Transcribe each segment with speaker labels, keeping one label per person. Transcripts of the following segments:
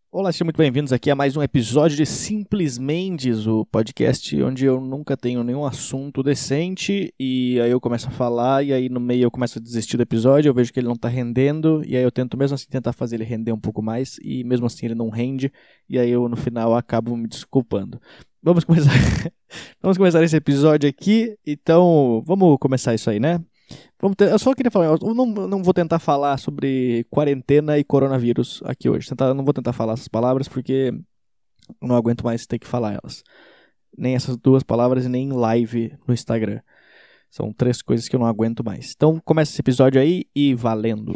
Speaker 1: Olá, sejam muito bem-vindos aqui a mais um episódio de Simples Mendes, o podcast onde eu nunca tenho nenhum assunto decente e aí eu começo a falar e aí no meio eu começo a desistir do episódio, eu vejo que ele não tá rendendo e aí eu tento mesmo assim tentar fazer ele render um pouco mais e mesmo assim ele não rende e aí eu no final acabo me desculpando. Vamos começar, vamos começar esse episódio aqui, então vamos começar isso aí, né? Eu só queria falar, eu não vou tentar falar sobre quarentena e coronavírus aqui hoje. Não vou tentar falar essas palavras porque eu não aguento mais ter que falar elas. Nem essas duas palavras e nem live no Instagram. São três coisas que eu não aguento mais. Então começa esse episódio aí e valendo.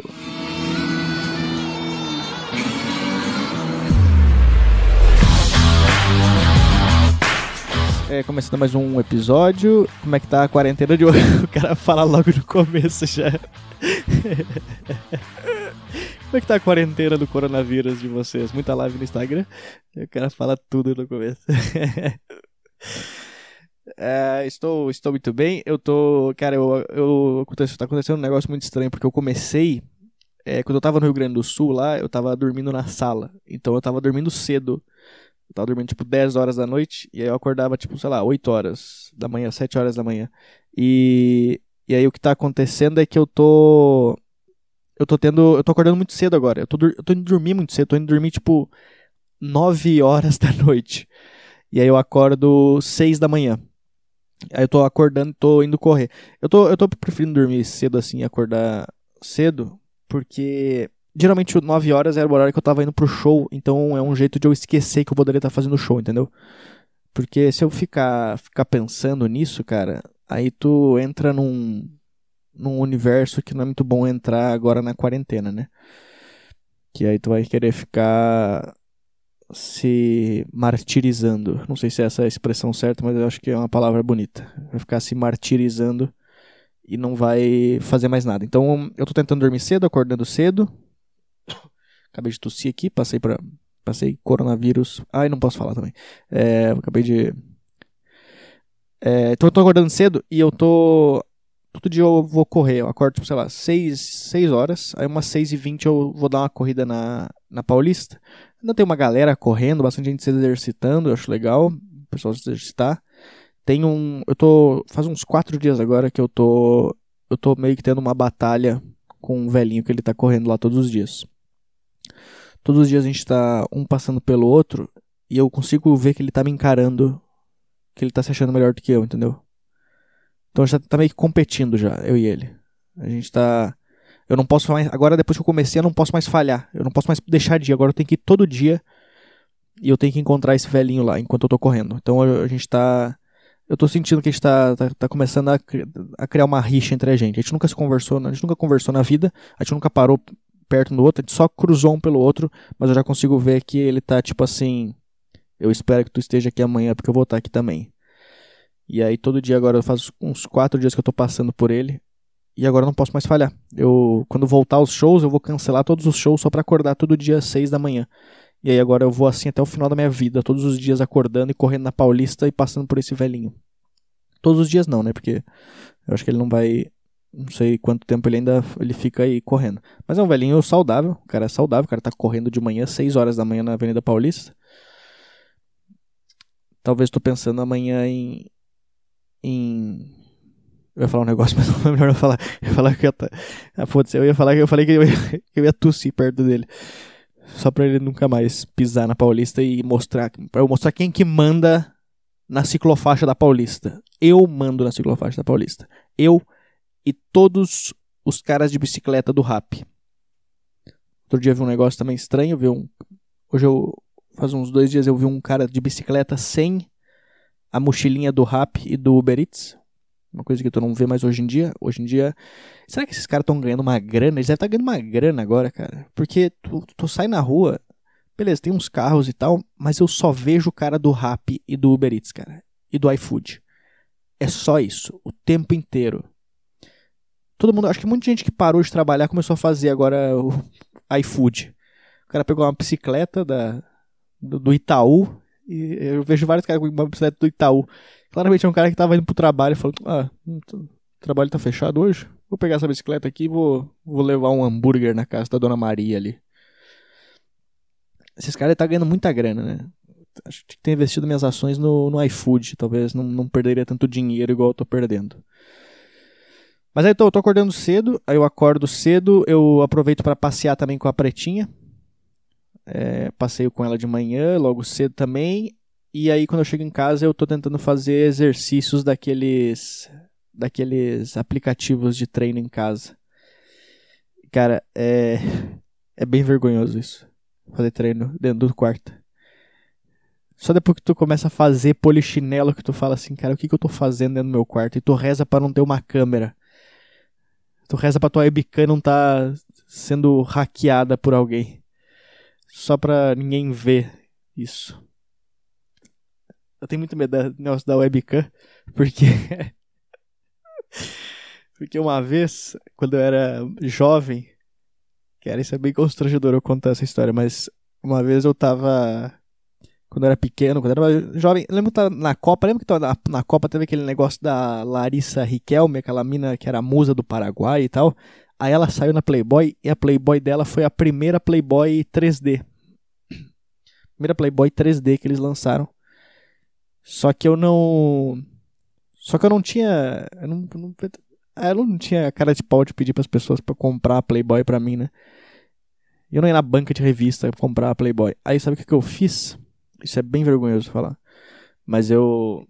Speaker 1: Começando mais um episódio. Como é que tá a quarentena de hoje? O cara fala logo no começo já. Como é que tá a quarentena do coronavírus de vocês? Muita live no Instagram? O cara fala tudo no começo. Estou muito bem. Cara, tá acontecendo um negócio muito estranho, porque eu comecei. Quando eu tava no Rio Grande do Sul, lá, eu tava dormindo na sala. Então eu tava dormindo cedo. Eu tava dormindo tipo 10 horas da noite. E aí eu acordava tipo, sei lá, 8 horas da manhã, 7 horas da manhã. E aí o que tá acontecendo é que eu tô. Eu tô acordando muito cedo agora. Eu tô indo dormir muito cedo. Tô indo dormir tipo 9 horas da noite. E aí eu acordo 6 da manhã. Aí eu tô acordando e tô indo correr. Eu tô preferindo dormir cedo assim e acordar cedo, porque geralmente 9 horas era o horário que eu tava indo pro show, então é um jeito de eu esquecer que eu poderia estar fazendo show, entendeu? Porque se eu ficar pensando nisso, cara, aí tu entra num universo que não é muito bom entrar agora na quarentena, né? Que aí tu vai querer ficar se martirizando. Não sei se é essa a expressão certa, mas eu acho que é uma palavra bonita. Vai ficar se martirizando e não vai fazer mais nada. Então eu tô tentando dormir cedo, acordando cedo. Acabei de tossir aqui, passei coronavírus. Ai, não posso falar também. Acabei de. Então eu tô acordando cedo e eu tô. Todo dia eu vou correr. Eu acordo, tipo, sei lá, 6 horas. Aí umas 6h20 eu vou dar uma corrida na Paulista. Ainda tem uma galera correndo, bastante gente se exercitando. Eu acho legal o pessoal se exercitar. Faz uns 4 dias agora que eu tô meio que tendo uma batalha com um velhinho que ele tá correndo lá todos os dias. Todos os dias a gente tá um passando pelo outro e eu consigo ver que ele tá me encarando, que ele tá se achando melhor do que eu, entendeu? Então a gente tá meio que competindo já, eu e ele. A gente tá. Eu não posso mais. Agora, depois que eu comecei, eu não posso mais falhar. Eu não posso mais deixar de ir. Agora eu tenho que ir todo dia e eu tenho que encontrar esse velhinho lá enquanto eu tô correndo. Então a gente tá. Eu tô sentindo que a gente tá começando a criar uma rixa entre a gente. A gente nunca se conversou, a gente nunca conversou na vida, a gente nunca parou perto um do outro, a gente só cruzou um pelo outro, mas eu já consigo ver que ele tá tipo assim. Eu espero que tu esteja aqui amanhã porque eu vou estar aqui também. E aí todo dia agora, faz uns 4 dias que eu tô passando por ele. E agora eu não posso mais falhar. Quando voltar aos shows, eu vou cancelar todos os shows só pra acordar todo dia às 6 da manhã. E aí agora eu vou assim até o final da minha vida, todos os dias acordando e correndo na Paulista e passando por esse velhinho. Todos os dias não, né? Porque eu acho que ele não vai. Não sei quanto tempo ele fica aí correndo. Mas é um velhinho saudável, o cara é saudável, o cara tá correndo de manhã, 6 horas da manhã na Avenida Paulista. Talvez tô pensando amanhã em. Eu ia falar um negócio, mas não é melhor não falar. Eu ia falar que eu ia falar que eu falei que eu ia tossir perto dele. Só pra ele nunca mais pisar na Paulista e pra eu mostrar quem que manda na ciclofaixa da Paulista. Eu mando na ciclofaixa da Paulista. Eu e todos os caras de bicicleta do rap. Outro dia eu vi um negócio também estranho. Faz uns 2 dias eu vi um cara de bicicleta sem a mochilinha do rap e do Uber Eats. Uma coisa que tu não vê mais hoje em dia. Hoje em dia, será que esses caras estão ganhando uma grana? Eles devem estar ganhando uma grana agora, cara. Porque tu sai na rua, beleza, tem uns carros e tal, mas eu só vejo o cara do rap e do Uber Eats, cara. E do iFood. É só isso, o tempo inteiro. Todo mundo, acho que muita gente que parou de trabalhar começou a fazer agora o iFood. O cara pegou uma bicicleta do Itaú, e eu vejo vários caras com uma bicicleta do Itaú. Claramente é um cara que tava indo pro trabalho e falou: o trabalho tá fechado hoje? Vou pegar essa bicicleta aqui e vou levar um hambúrguer na casa da Dona Maria ali. Esses caras tá ganhando muita grana, né? Acho que tem investido minhas ações no iFood. Talvez não perderia tanto dinheiro igual eu tô perdendo. Mas aí eu tô acordando cedo, aí eu acordo cedo, eu aproveito para passear também com a Pretinha. Passeio com ela de manhã, logo cedo também. E aí quando eu chego em casa eu tô tentando fazer exercícios daqueles aplicativos de treino em casa. Cara, é bem vergonhoso isso. Fazer treino dentro do quarto. Só depois que tu começa a fazer polichinelo que tu fala assim, cara, o que eu tô fazendo dentro do meu quarto? E tu reza pra não ter uma câmera. Tu reza pra tua webcam não tá sendo hackeada por alguém. Só pra ninguém ver isso. Eu tenho muito medo do negócio da webcam, porque... porque uma vez, quando eu era jovem... Cara, isso é bem constrangedor eu contar essa história, mas uma vez eu tava... Quando eu era pequeno, quando eu era jovem... Lembro que tava na Copa, lembra que na Copa teve aquele negócio da Larissa Riquelme, aquela mina que era a musa do Paraguai e tal. Aí ela saiu na Playboy e a Playboy dela foi a primeira Playboy 3D. Primeira Playboy 3D que eles lançaram. Só que eu não tinha... Eu não tinha cara de pau de pedir pras pessoas pra comprar a Playboy pra mim, né? Eu não ia na banca de revista comprar a Playboy. Aí sabe o que eu fiz? Isso é bem vergonhoso falar. Mas eu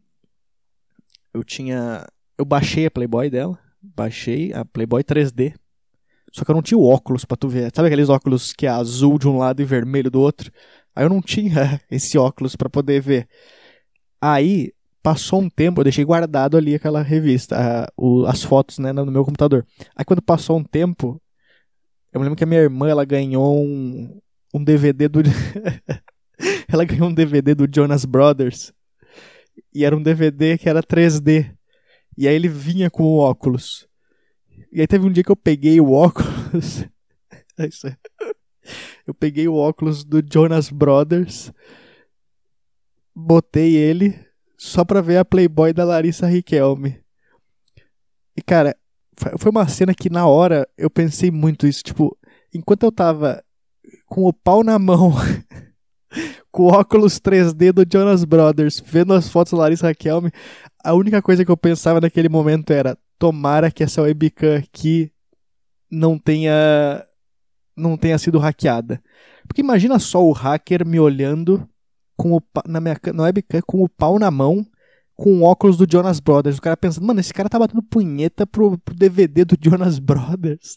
Speaker 1: baixei a Playboy dela. Baixei a Playboy 3D. Só que eu não tinha o óculos pra tu ver. Sabe aqueles óculos que é azul de um lado e vermelho do outro? Aí eu não tinha esse óculos pra poder ver. Aí, passou um tempo, eu deixei guardado ali aquela revista, as fotos, né, no meu computador. Aí quando passou um tempo, eu me lembro que a minha irmã, ela ganhou um DVD do... ela ganhou um DVD do Jonas Brothers. E era um DVD que era 3D. E aí ele vinha com o óculos. E aí teve um dia que eu peguei o óculos... eu peguei o óculos do Jonas Brothers, botei ele só pra ver a Playboy da Larissa Riquelme. E cara, foi uma cena que na hora eu pensei muito isso. Tipo, enquanto eu tava com o pau na mão, com o óculos 3D do Jonas Brothers, vendo as fotos da Larissa Riquelme, a única coisa que eu pensava naquele momento era: tomara que essa webcam aqui não tenha sido hackeada. Porque imagina só o hacker me olhando na webcam com o pau na mão, com o óculos do Jonas Brothers. O cara pensando, mano, esse cara tá batendo punheta pro DVD do Jonas Brothers.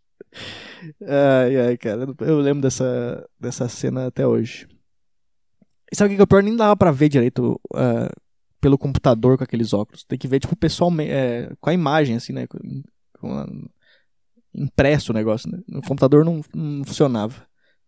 Speaker 1: Ai, cara, eu lembro dessa cena até hoje. E sabe o que é o pior? Nem dava pra ver direito pelo computador com aqueles óculos. Tem que ver, tipo, pessoalmente, com a imagem, assim, né? Impresso o negócio, né? No computador não funcionava.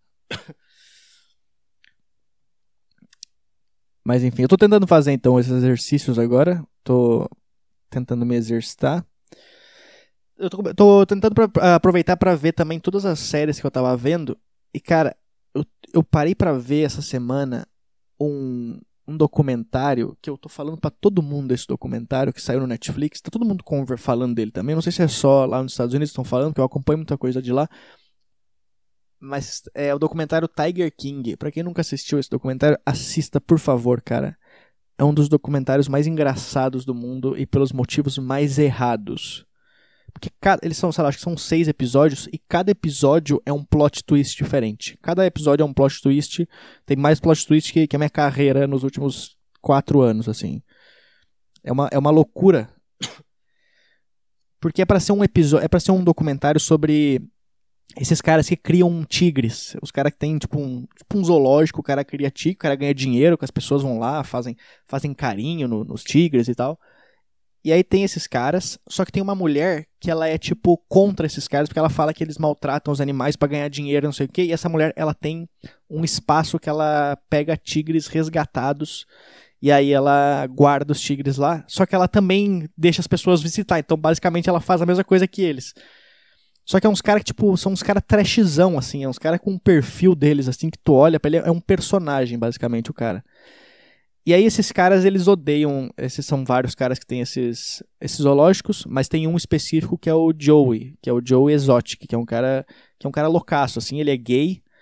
Speaker 1: Mas enfim, eu tô tentando fazer então esses exercícios agora. Tô tentando me exercitar. Eu tô tentando aproveitar pra ver também todas as séries que eu tava vendo. E cara, eu parei pra ver essa semana um documentário que eu tô falando pra todo mundo desse documentário que saiu no Netflix. Tá todo mundo falando dele também. Não sei se é só lá nos Estados Unidos que estão falando, porque eu acompanho muita coisa de lá. Mas é o documentário Tiger King. Pra quem nunca assistiu esse documentário, assista, por favor, cara. É um dos documentários mais engraçados do mundo e pelos motivos mais errados. Porque eles são, sei lá, acho que são 6 episódios e cada episódio é um plot twist diferente. Cada episódio é um plot twist. Tem mais plot twist que a minha carreira nos últimos 4 anos, assim. É uma loucura. Porque é pra ser um episódio, é para ser um documentário sobre esses caras que criam tigres. Os caras que tem tipo um zoológico, o cara cria tigre, o cara ganha dinheiro, que as pessoas vão lá, fazem carinho nos tigres e tal. E aí tem esses caras, só que tem uma mulher que ela é tipo contra esses caras, porque ela fala que eles maltratam os animais pra ganhar dinheiro, não sei o quê. E essa mulher, ela tem um espaço que ela pega tigres resgatados e aí ela guarda os tigres lá. Só que ela também deixa as pessoas visitar, então basicamente ela faz a mesma coisa que eles. Só que é uns caras que, tipo, são uns caras trashzão, assim. É uns caras com um perfil deles, assim, que tu olha pra ele. É um personagem, basicamente, o cara. E aí esses caras, eles odeiam... Esses são vários caras que tem esses zoológicos, mas tem um específico que é o Joey. Que é o Joey Exotic, que é um cara loucaço, assim. Ele é gay.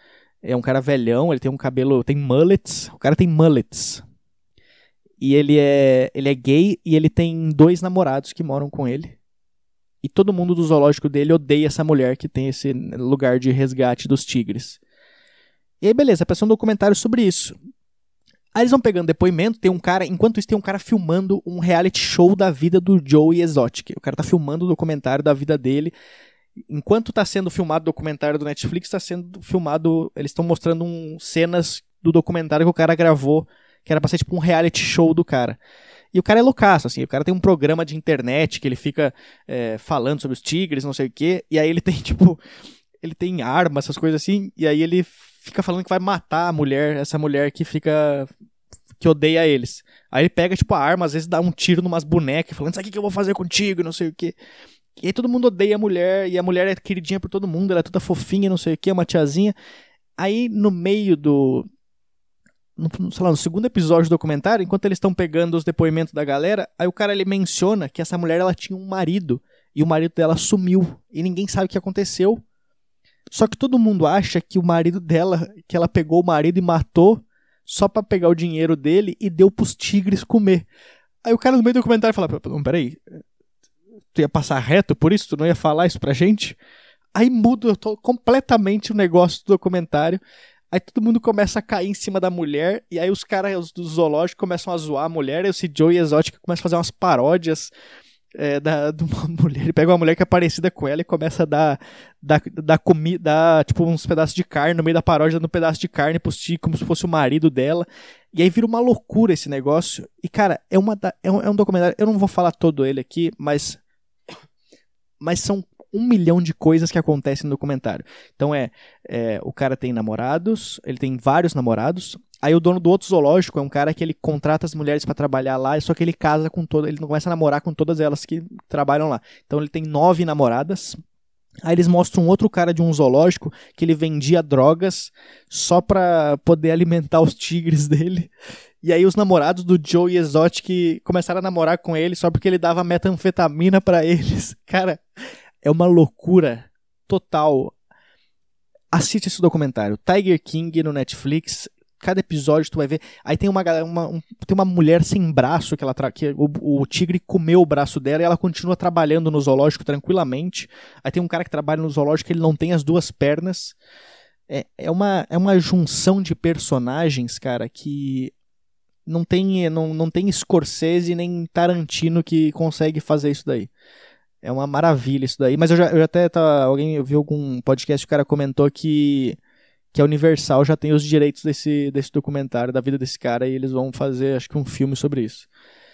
Speaker 1: É um cara velhão, ele tem um cabelo, tem mullets, o cara tem mullets. E ele é gay e ele tem 2 namorados que moram com ele. E todo mundo do zoológico dele odeia essa mulher que tem esse lugar de resgate dos tigres. E aí, beleza, apareceu um documentário sobre isso. Aí eles vão pegando depoimento, tem um cara, enquanto isso tem um cara filmando um reality show da vida do Joey Exotic. O cara tá filmando o documentário da vida dele. Enquanto tá sendo filmado o documentário do Netflix, tá sendo filmado, eles estão mostrando cenas do documentário que o cara gravou, que era pra ser tipo um reality show do cara. E o cara é loucaço, assim, o cara tem um programa de internet que ele fica falando sobre os tigres, não sei o quê, e aí ele tem, tipo, ele tem arma, essas coisas assim, e aí ele fica falando que vai matar a mulher, essa mulher que odeia eles. Aí ele pega, tipo, a arma, às vezes dá um tiro numas bonecas, falando, isso aqui que eu vou fazer contigo, não sei o quê. E aí todo mundo odeia a mulher, e a mulher é queridinha por todo mundo, ela é toda fofinha, não sei o quê, uma tiazinha. Aí no meio sei lá, no segundo episódio do documentário, enquanto eles estão pegando os depoimentos da galera, aí o cara ele menciona que essa mulher ela tinha um marido, e o marido dela sumiu, e ninguém sabe o que aconteceu. Só que todo mundo acha que o marido dela, que ela pegou o marido e matou, só pra pegar o dinheiro dele e deu pros tigres comer. Aí o cara no meio do documentário fala, peraí, tu ia passar reto por isso? Tu não ia falar isso pra gente? Aí muda completamente o negócio do documentário. Aí todo mundo começa a cair em cima da mulher, e aí os caras do zoológico começam a zoar a mulher, e esse Joey Exotic começa a fazer umas paródias de uma mulher. Ele pega uma mulher que é parecida com ela e começa a dar comida, tipo uns pedaços de carne, no meio da paródia, dando um pedaço de carne pros tigres, como se fosse o marido dela. E aí vira uma loucura esse negócio. E, cara, é um documentário, eu não vou falar todo ele aqui, mas são 1 milhão de coisas que acontecem no documentário. Então o cara tem namorados, ele tem vários namorados. Aí o dono do outro zoológico é um cara que ele contrata as mulheres pra trabalhar lá, só que ele casa com todas, ele não começa a namorar com todas elas que trabalham lá. Então ele tem 9 namoradas. Aí eles mostram outro cara de um zoológico que ele vendia drogas só pra poder alimentar os tigres dele. E aí os namorados do Joey Exotic começaram a namorar com ele só porque ele dava metanfetamina pra eles. Cara, é uma loucura total. Assiste esse documentário. Tiger King no Netflix. Cada episódio tu vai ver. Aí tem tem uma mulher sem braço que o tigre comeu o braço dela e ela continua trabalhando no zoológico tranquilamente. Aí tem um cara que trabalha no zoológico que ele não tem as 2 pernas. É uma junção de personagens, cara, que não tem Scorsese nem Tarantino que consegue fazer isso daí. É uma maravilha isso daí. Mas eu até alguém viu algum podcast, o cara comentou que a Universal já tem os direitos desse documentário, da vida desse cara, e eles vão fazer, acho que um filme sobre isso.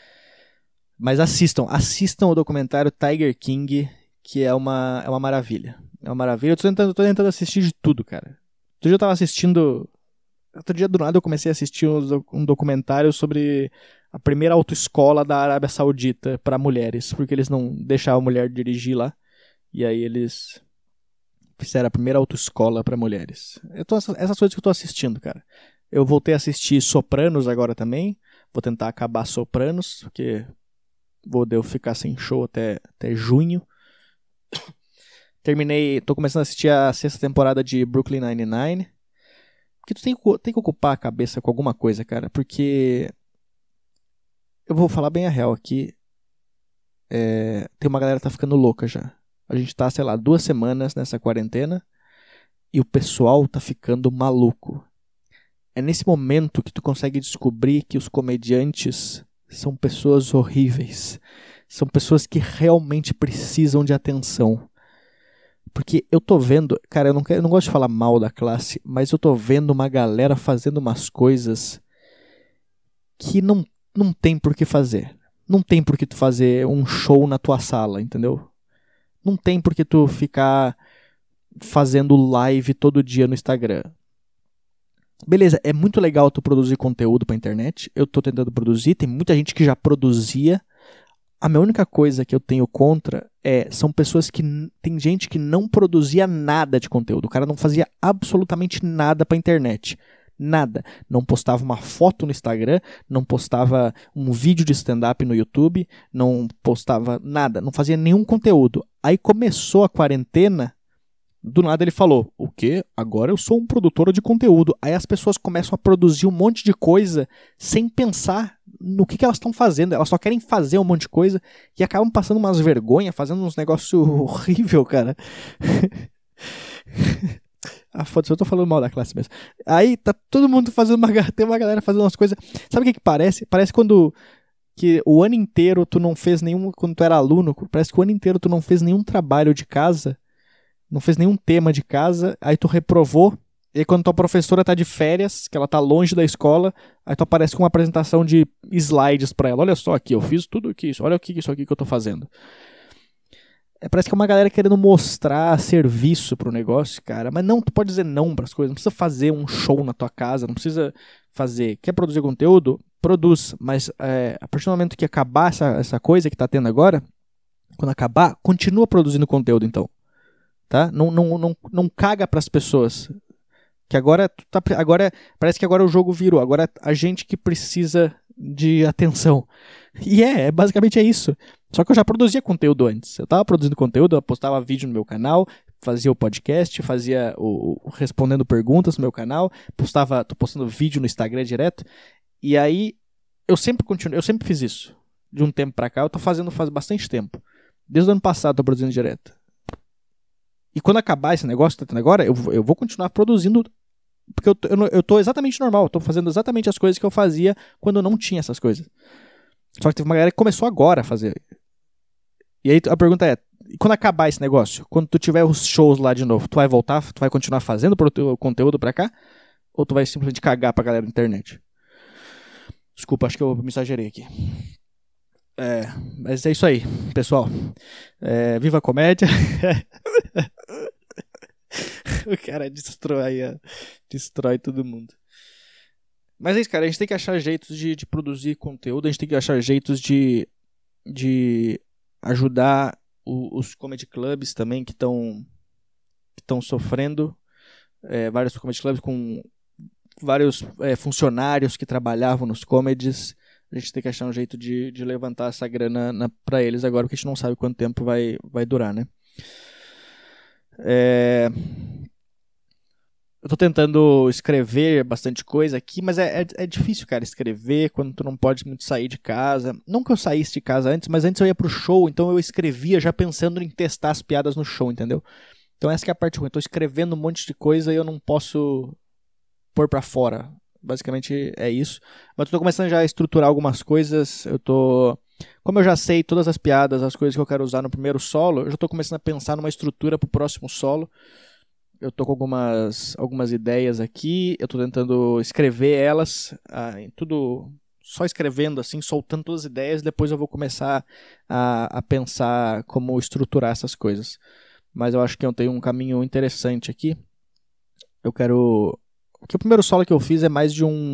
Speaker 1: Mas assistam o documentário Tiger King, que é uma maravilha. É uma maravilha. Eu tô tentando assistir de tudo, cara. Outro dia eu tava assistindo... Outro dia do nada eu comecei a assistir um documentário sobre a primeira autoescola da Arábia Saudita para mulheres, porque eles não deixavam a mulher dirigir lá, e aí eles fizeram a primeira autoescola para mulheres. Essas coisas que eu tô assistindo, cara. Eu voltei a assistir Sopranos agora também, vou tentar acabar Sopranos, porque devo ficar sem show até junho. Tô começando a assistir a 6ª temporada de Brooklyn Nine-Nine, porque tu tem que ocupar a cabeça com alguma coisa, cara, porque eu vou falar bem a real aqui, tem uma galera que tá ficando louca já. A gente tá, sei lá, 2 semanas nessa quarentena e o pessoal tá ficando maluco. É nesse momento que tu consegue descobrir que os comediantes são pessoas horríveis. São pessoas que realmente precisam de atenção. Porque eu tô vendo... Cara, eu não gosto de falar mal da classe, mas eu tô vendo uma galera fazendo umas coisas que não tem por que fazer. Não tem por que tu fazer um show na tua sala, entendeu? Não tem por que tu ficar fazendo live todo dia no Instagram. Beleza, é muito legal tu produzir conteúdo pra internet. Eu tô tentando produzir, tem muita gente que já produzia. A minha única coisa que eu tenho contra são pessoas que... Tem gente que não produzia nada de conteúdo. O cara não fazia absolutamente nada pra internet. Nada. Não postava uma foto no Instagram, não postava um vídeo de stand-up no YouTube, não postava nada, não fazia nenhum conteúdo. Aí começou a quarentena, Do nada ele falou, o quê? Agora eu sou um produtor de conteúdo. Aí as pessoas começam a produzir um monte de coisa sem pensar no que elas estão fazendo. Elas só querem fazer um monte de coisa e acabam passando umas vergonhas, fazendo uns negócios horrível, cara. Foda-se, eu tô falando mal da classe mesmo. Aí tá todo mundo fazendo tem uma galera fazendo umas coisas. Sabe o que parece? Parece quando que o ano inteiro tu não fez nenhum, quando tu era aluno, parece que o ano inteiro tu não fez nenhum trabalho de casa, não fez nenhum tema de casa, aí tu reprovou, e aí quando tua professora tá de férias, que ela tá longe da escola, aí tu aparece com uma apresentação de slides pra ela. Olha só aqui, eu fiz tudo isso, olha isso aqui que eu tô fazendo. Parece que é uma galera querendo mostrar serviço pro negócio, cara. Mas não, tu pode dizer não pras coisas. Não precisa fazer um show na tua casa, não precisa fazer. Quer produzir conteúdo? Produz. Mas a partir do momento que acabar essa coisa que tá tendo agora, quando acabar, continua produzindo conteúdo, então. Tá? Não caga pras pessoas. Que agora parece que agora o jogo virou. Agora a gente que precisa de atenção. E basicamente é isso. Só que eu já produzia conteúdo antes. Eu tava produzindo conteúdo, eu postava vídeo no meu canal, fazia o podcast, fazia respondendo perguntas no meu canal, tô postando vídeo no Instagram direto. E aí eu sempre fiz isso. De um tempo pra cá, eu tô fazendo faz bastante tempo. Desde o ano passado eu tô produzindo direto. E quando acabar esse negócio que tá tendo agora, eu vou continuar produzindo, porque eu tô exatamente normal, eu tô fazendo exatamente as coisas que eu fazia quando eu não tinha essas coisas. Só que teve uma galera que começou agora a fazer. E aí a pergunta é, quando acabar esse negócio, quando tu tiver os shows lá de novo, tu vai voltar, tu vai continuar fazendo conteúdo pra cá? Ou tu vai simplesmente cagar pra galera da internet? Desculpa, acho que eu me exagerei aqui. Mas é isso aí, pessoal. Viva a comédia. O cara destrói todo mundo. Mas é isso, cara. A gente tem que achar jeitos de produzir conteúdo. A gente tem que achar jeitos de ajudar os comedy clubs também que estão sofrendo. Vários comedy clubs com vários funcionários que trabalhavam nos comedies. A gente tem que achar um jeito de levantar essa grana pra eles agora, porque a gente não sabe quanto tempo vai durar, né? Eu tô tentando escrever bastante coisa aqui, mas é difícil, cara, escrever quando tu não pode muito sair de casa. Não que eu saísse de casa antes, mas antes eu ia pro show, então eu escrevia já pensando em testar as piadas no show, entendeu? Então essa que é a parte ruim. Eu tô escrevendo um monte de coisa e eu não posso pôr pra fora. Basicamente é isso. Mas eu tô começando já a estruturar algumas coisas. Como eu já sei todas as piadas, as coisas que eu quero usar no primeiro solo, eu já tô começando a pensar numa estrutura pro próximo solo. Eu tô com algumas ideias aqui, eu tô tentando escrever elas, em tudo, só escrevendo assim, soltando todas as ideias, depois eu vou começar a pensar como estruturar essas coisas. Mas eu acho que eu tenho um caminho interessante aqui. Porque o primeiro solo que eu fiz é mais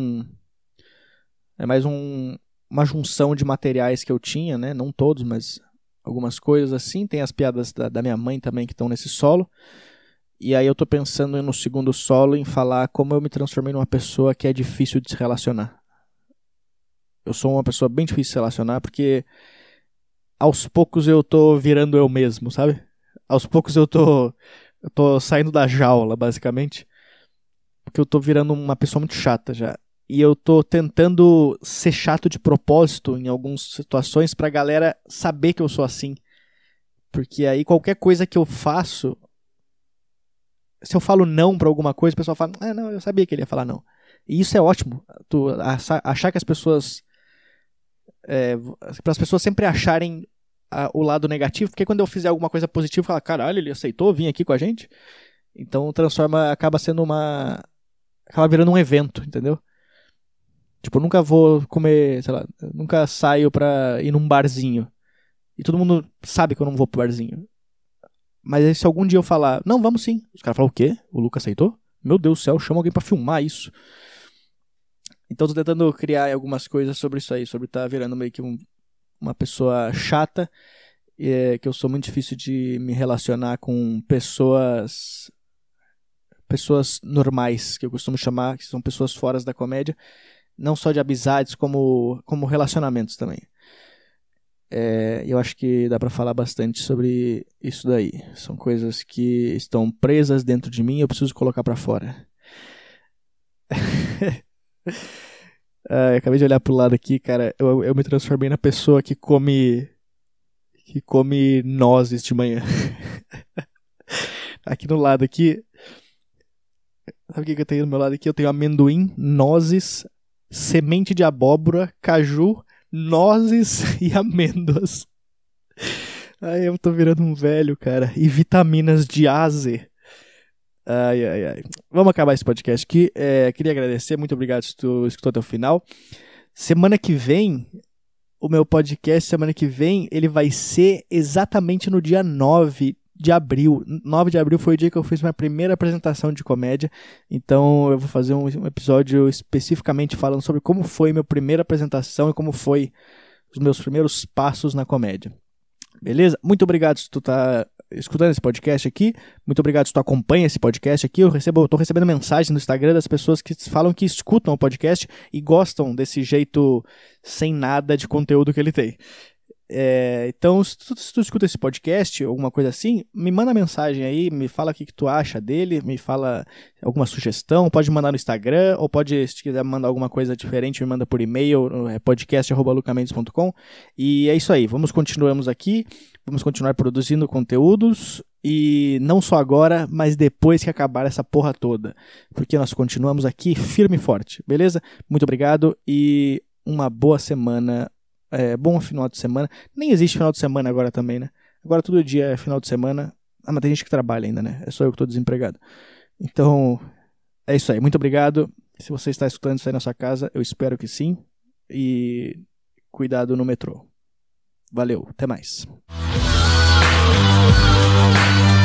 Speaker 1: uma junção de materiais que eu tinha, né? Não todos, mas algumas coisas assim. Tem as piadas da minha mãe também que estão nesse solo. E aí eu tô pensando no segundo solo em falar como eu me transformei numa pessoa que é difícil de se relacionar. Eu sou uma pessoa bem difícil de se relacionar porque aos poucos eu tô virando eu mesmo, sabe? Aos poucos eu tô saindo da jaula, basicamente. Porque eu tô virando uma pessoa muito chata já. E eu tô tentando ser chato de propósito em algumas situações pra galera saber que eu sou assim. Porque aí qualquer coisa que eu faço, se eu falo não pra alguma coisa, o pessoal fala, não, eu sabia que ele ia falar não. E isso é ótimo. Tu achar que as pessoas... para as pessoas sempre acharem o lado negativo, porque quando eu fizer alguma coisa positiva, fala, caralho, ele aceitou vir aqui com a gente? Então acaba sendo acaba virando um evento, entendeu? Tipo, eu nunca vou comer, sei lá, nunca saio pra ir num barzinho. E todo mundo sabe que eu não vou pro barzinho. Mas aí, se algum dia eu falar, não, vamos sim. Os caras falam, o quê? O Lucas aceitou? Meu Deus do céu, chama alguém pra filmar isso. Então tô tentando criar algumas coisas sobre isso aí, sobre estar virando meio que uma pessoa chata, que eu sou muito difícil de me relacionar com pessoas normais, que eu costumo chamar, que são pessoas fora da comédia, não só de amizades, como relacionamentos também. Eu acho que dá pra falar bastante sobre isso daí. São coisas que estão presas dentro de mim e eu preciso colocar pra fora. Acabei de olhar pro lado aqui, cara. Eu me transformei na pessoa que come nozes de manhã. Aqui no lado aqui, sabe o que eu tenho do meu lado aqui? Eu tenho amendoim, nozes, semente de abóbora, caju, nozes e amêndoas. Ai, eu tô virando um velho, cara. E vitaminas de A a Z. Ai. Vamos acabar esse podcast aqui. Queria agradecer, muito obrigado se tu escutou até o final. Semana que vem, o meu podcast, ele vai ser exatamente no dia 9 de abril. 9 de abril foi o dia que eu fiz minha primeira apresentação de comédia. Então eu vou fazer um episódio especificamente falando sobre como foi minha primeira apresentação e como foi os meus primeiros passos na comédia. Beleza? Muito obrigado se tu tá escutando esse podcast aqui. Muito obrigado se tu acompanha esse podcast aqui. Eu tô recebendo mensagem no Instagram das pessoas que falam que escutam o podcast e gostam desse jeito sem nada de conteúdo que ele tem. Então, se tu escuta esse podcast, alguma coisa assim, me manda mensagem aí, me fala o que tu acha dele, me fala alguma sugestão, pode mandar no Instagram, ou pode, se quiser mandar alguma coisa diferente, me manda por e-mail, podcast@lucamendes.com. E é isso aí, continuamos aqui, vamos continuar produzindo conteúdos, e não só agora, mas depois que acabar essa porra toda, porque nós continuamos aqui firme e forte, beleza? Muito obrigado e uma boa semana. Bom final de semana. Nem existe final de semana agora também, né? Agora todo dia é final de semana. Mas tem gente que trabalha ainda, né? É só eu que tô desempregado. Então, é isso aí. Muito obrigado. Se você está escutando isso aí na sua casa, eu espero que sim. E cuidado no metrô. Valeu, até mais.